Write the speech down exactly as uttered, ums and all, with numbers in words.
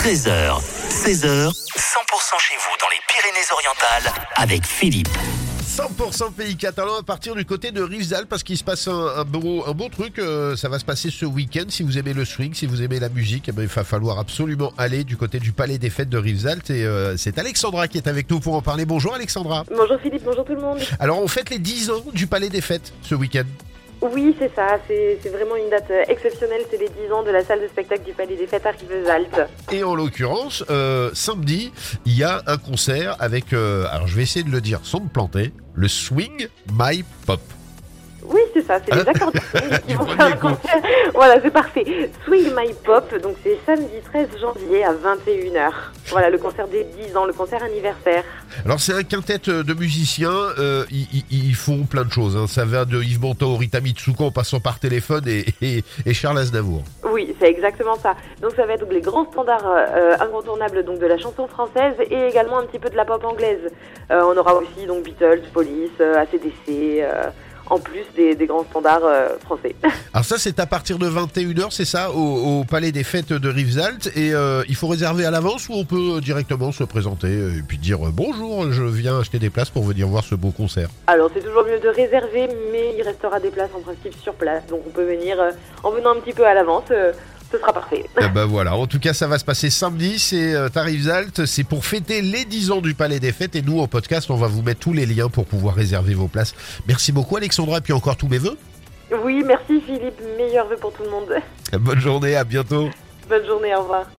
treize heures, seize heures, cent pour cent chez vous dans les Pyrénées-Orientales avec Philippe. cent pour cent pays catalan à partir du côté de Rivesaltes parce qu'il se passe un, un, beau, un beau truc. Euh, ça va se passer ce week-end. Si vous aimez le swing, si vous aimez la musique, eh ben, il va falloir absolument aller du côté du Palais des Fêtes de Rivesaltes. Et euh, c'est Alexandra qui est avec nous pour en parler. Bonjour Alexandra. Bonjour Philippe, bonjour tout le monde. Alors on fête les dix ans du Palais des Fêtes ce week-end. Oui, c'est ça, c'est, c'est vraiment une date exceptionnelle, c'est les dix ans de la salle de spectacle du Palais des Fêtes à Rivesaltes. Et en l'occurrence, euh, samedi, il y a un concert avec, euh, alors je vais essayer de le dire sans me planter, le Swing My Pop. Oui, c'est ça, c'est les accords de swing qui vont faire un concert. Voilà, c'est parfait. Swing My Pop, donc c'est samedi treize janvier à vingt et une heures. Voilà, le concert des dix ans, le concert anniversaire. Alors c'est un quintet de musiciens, euh, ils, ils, ils font plein de choses, hein. Ça va de Yves Montand, Rita Mitsuko en passant par téléphone et, et, et Charles Aznavour. Oui, c'est exactement ça. Donc ça va être donc les grands standards euh, incontournables donc de la chanson française et également un petit peu de la pop anglaise. Euh, on aura aussi donc Beatles, Police, euh, A C D C... Euh, en plus des, des grands standards euh, français. Alors ça, c'est à partir de vingt et une heures, c'est ça, au, au Palais des Fêtes de Rivesaltes. Et euh, il faut réserver à l'avance ou on peut directement se présenter et puis dire euh, bonjour, je viens acheter des places pour venir voir ce beau concert. Alors c'est toujours mieux de réserver, mais il restera des places en principe sur place. Donc on peut venir euh, en venant un petit peu à l'avance. Euh, Ce sera parfait. Eh ben voilà, en tout cas ça va se passer samedi, c'est euh, à Rivesaltes, c'est pour fêter les dix ans du Palais des Fêtes et nous en podcast on va vous mettre tous les liens pour pouvoir réserver vos places. Merci beaucoup Alexandra et puis encore tous mes vœux. Oui, merci Philippe, meilleurs vœux pour tout le monde. Bonne journée, à bientôt. Bonne journée, au revoir.